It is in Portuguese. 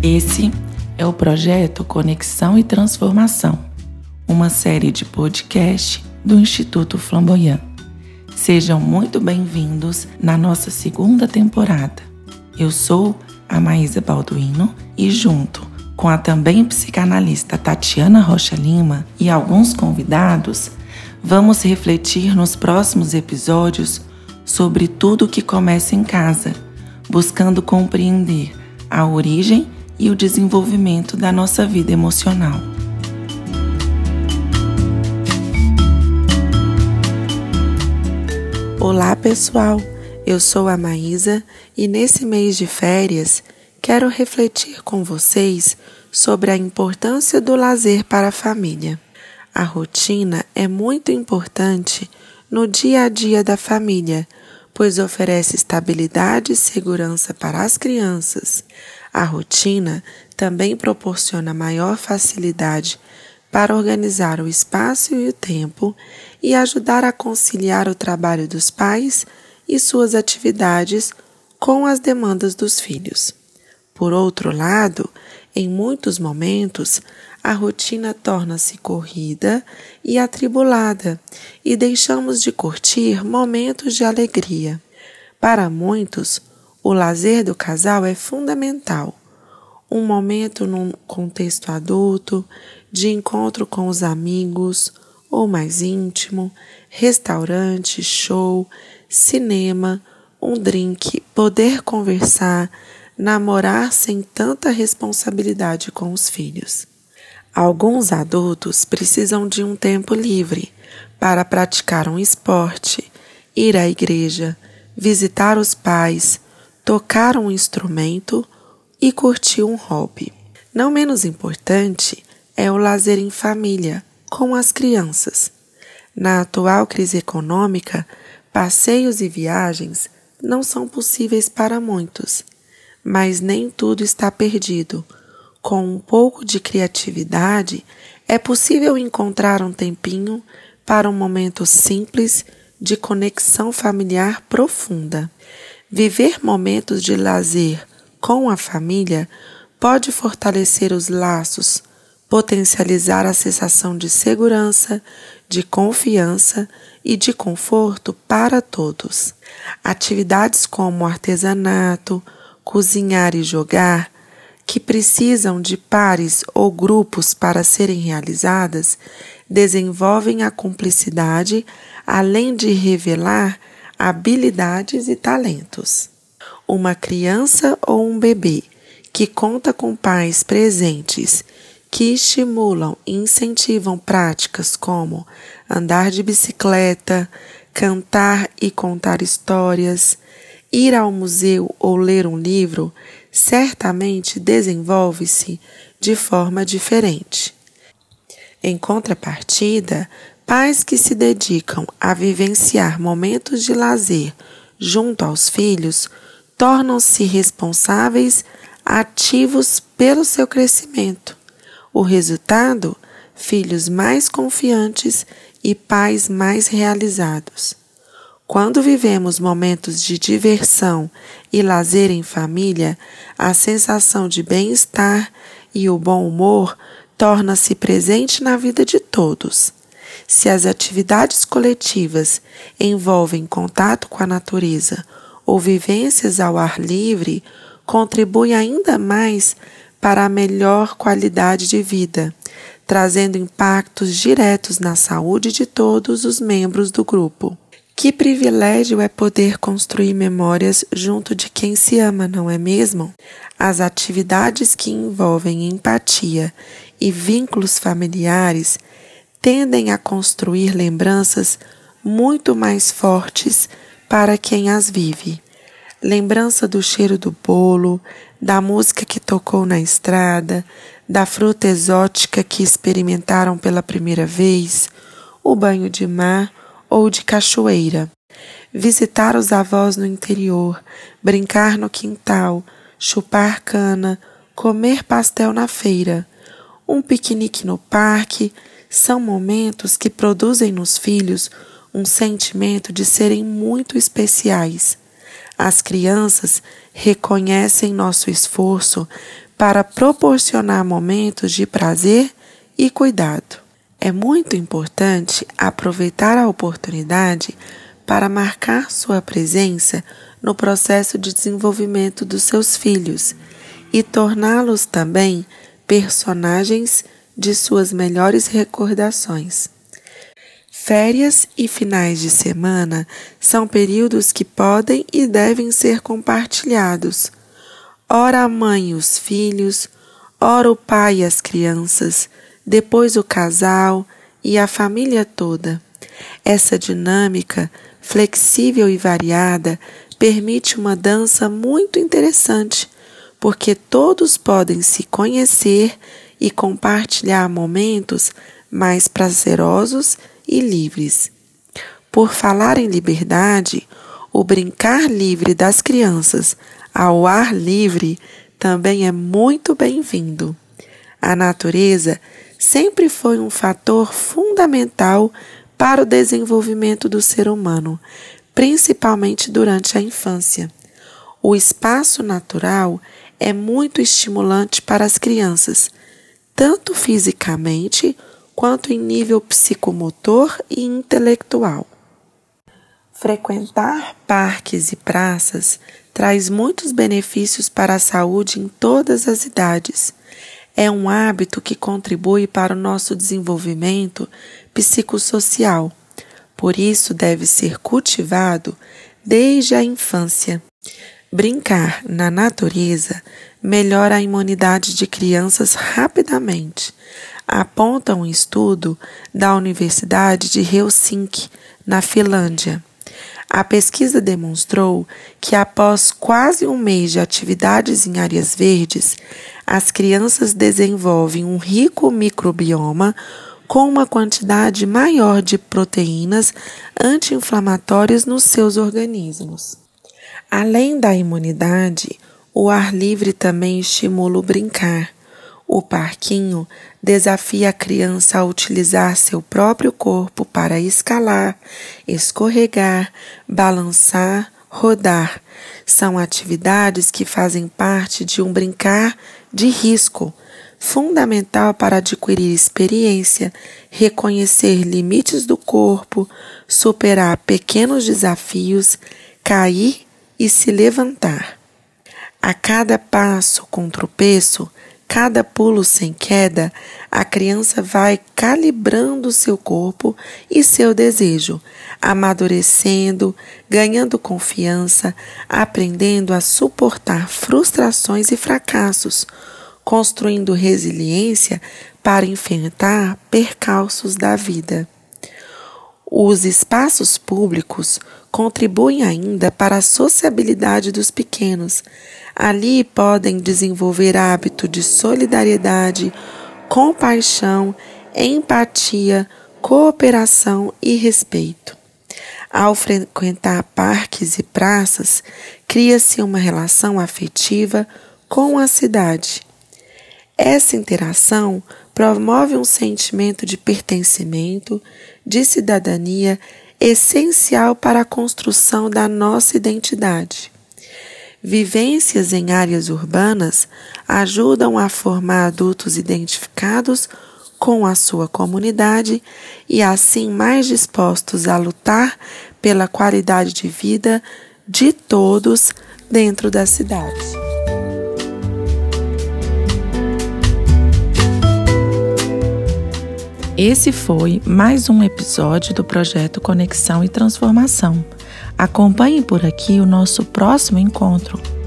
Esse é o projeto Conexão e Transformação, uma série de podcast do Instituto Flamboyant. Sejam muito bem-vindos na nossa segunda temporada. Eu sou a Maísa Balduino e junto com a também psicanalista Tatiana Rocha Lima e alguns convidados, vamos refletir nos próximos episódios sobre tudo que começa em casa, buscando compreender a origem e o desenvolvimento da nossa vida emocional. Olá pessoal, eu sou a Maísa e nesse mês de férias quero refletir com vocês sobre a importância do lazer para a família. A rotina é muito importante no dia a dia da família, pois oferece estabilidade e segurança para as crianças. A rotina também proporciona maior facilidade para organizar o espaço e o tempo e ajudar a conciliar o trabalho dos pais e suas atividades com as demandas dos filhos. Por outro lado, em muitos momentos, a rotina torna-se corrida e atribulada e deixamos de curtir momentos de alegria. Para muitos, o lazer do casal é fundamental. Um momento num contexto adulto, de encontro com os amigos, ou mais íntimo, restaurante, show, cinema, um drink, poder conversar, namorar sem tanta responsabilidade com os filhos. Alguns adultos precisam de um tempo livre para praticar um esporte, ir à igreja, visitar os pais, tocar um instrumento e curtir um hobby. Não menos importante é o lazer em família, com as crianças. Na atual crise econômica, passeios e viagens não são possíveis para muitos, mas nem tudo está perdido. Com um pouco de criatividade, é possível encontrar um tempinho para um momento simples de conexão familiar profunda. Viver momentos de lazer com a família pode fortalecer os laços, potencializar a sensação de segurança, de confiança e de conforto para todos. Atividades como artesanato, cozinhar e jogar, que precisam de pares ou grupos para serem realizadas, desenvolvem a cumplicidade, além de revelar habilidades e talentos. Uma criança ou um bebê que conta com pais presentes que estimulam e incentivam práticas como andar de bicicleta, cantar e contar histórias, ir ao museu ou ler um livro, certamente desenvolve-se de forma diferente. Em contrapartida, pais que se dedicam a vivenciar momentos de lazer junto aos filhos tornam-se responsáveis, ativos pelo seu crescimento. O resultado? Filhos mais confiantes e pais mais realizados. Quando vivemos momentos de diversão e lazer em família, a sensação de bem-estar e o bom humor torna-se presente na vida de todos. Se as atividades coletivas envolvem contato com a natureza ou vivências ao ar livre, contribui ainda mais para a melhor qualidade de vida, trazendo impactos diretos na saúde de todos os membros do grupo. Que privilégio é poder construir memórias junto de quem se ama, não é mesmo? As atividades que envolvem empatia e vínculos familiares tendem a construir lembranças muito mais fortes para quem as vive. Lembrança do cheiro do bolo, da música que tocou na estrada, da fruta exótica que experimentaram pela primeira vez, o banho de mar ou de cachoeira. Visitar os avós no interior, brincar no quintal, chupar cana, comer pastel na feira, um piquenique no parque, são momentos que produzem nos filhos um sentimento de serem muito especiais. As crianças reconhecem nosso esforço para proporcionar momentos de prazer e cuidado. É muito importante aproveitar a oportunidade para marcar sua presença no processo de desenvolvimento dos seus filhos e torná-los também personagens de suas melhores recordações. Férias e finais de semana são períodos que podem e devem ser compartilhados. Ora a mãe e os filhos, ora o pai e as crianças, depois o casal e a família toda. Essa dinâmica, flexível e variada, permite uma dança muito interessante, porque todos podem se conhecer e compartilhar momentos mais prazerosos e livres. Por falar em liberdade, o brincar livre das crianças ao ar livre também é muito bem-vindo. A natureza sempre foi um fator fundamental para o desenvolvimento do ser humano, principalmente durante a infância. O espaço natural é muito estimulante para as crianças, tanto fisicamente quanto em nível psicomotor e intelectual. Frequentar parques e praças traz muitos benefícios para a saúde em todas as idades. É um hábito que contribui para o nosso desenvolvimento psicossocial. Por isso, deve ser cultivado desde a infância. Brincar na natureza melhora a imunidade de crianças rapidamente, aponta um estudo da Universidade de Helsinki, na Finlândia. A pesquisa demonstrou que após quase um mês de atividades em áreas verdes, as crianças desenvolvem um rico microbioma com uma quantidade maior de proteínas anti-inflamatórias nos seus organismos. Além da imunidade, o ar livre também estimula o brincar. O parquinho desafia a criança a utilizar seu próprio corpo para escalar, escorregar, balançar, rodar. São atividades que fazem parte de um brincar de risco, fundamental para adquirir experiência, reconhecer limites do corpo, superar pequenos desafios, cair e se levantar. A cada passo com tropeço, cada pulo sem queda, a criança vai calibrando seu corpo e seu desejo, amadurecendo, ganhando confiança, aprendendo a suportar frustrações e fracassos, construindo resiliência para enfrentar percalços da vida. Os espaços públicos contribuem ainda para a sociabilidade dos pequenos. Ali podem desenvolver hábito de solidariedade, compaixão, empatia, cooperação e respeito. Ao frequentar parques e praças, cria-se uma relação afetiva com a cidade. Essa interação promove um sentimento de pertencimento, de cidadania, essencial para a construção da nossa identidade. Vivências em áreas urbanas ajudam a formar adultos identificados com a sua comunidade e assim mais dispostos a lutar pela qualidade de vida de todos dentro da cidade. Esse foi mais um episódio do projeto Conexão e Transformação. Acompanhe por aqui o nosso próximo encontro.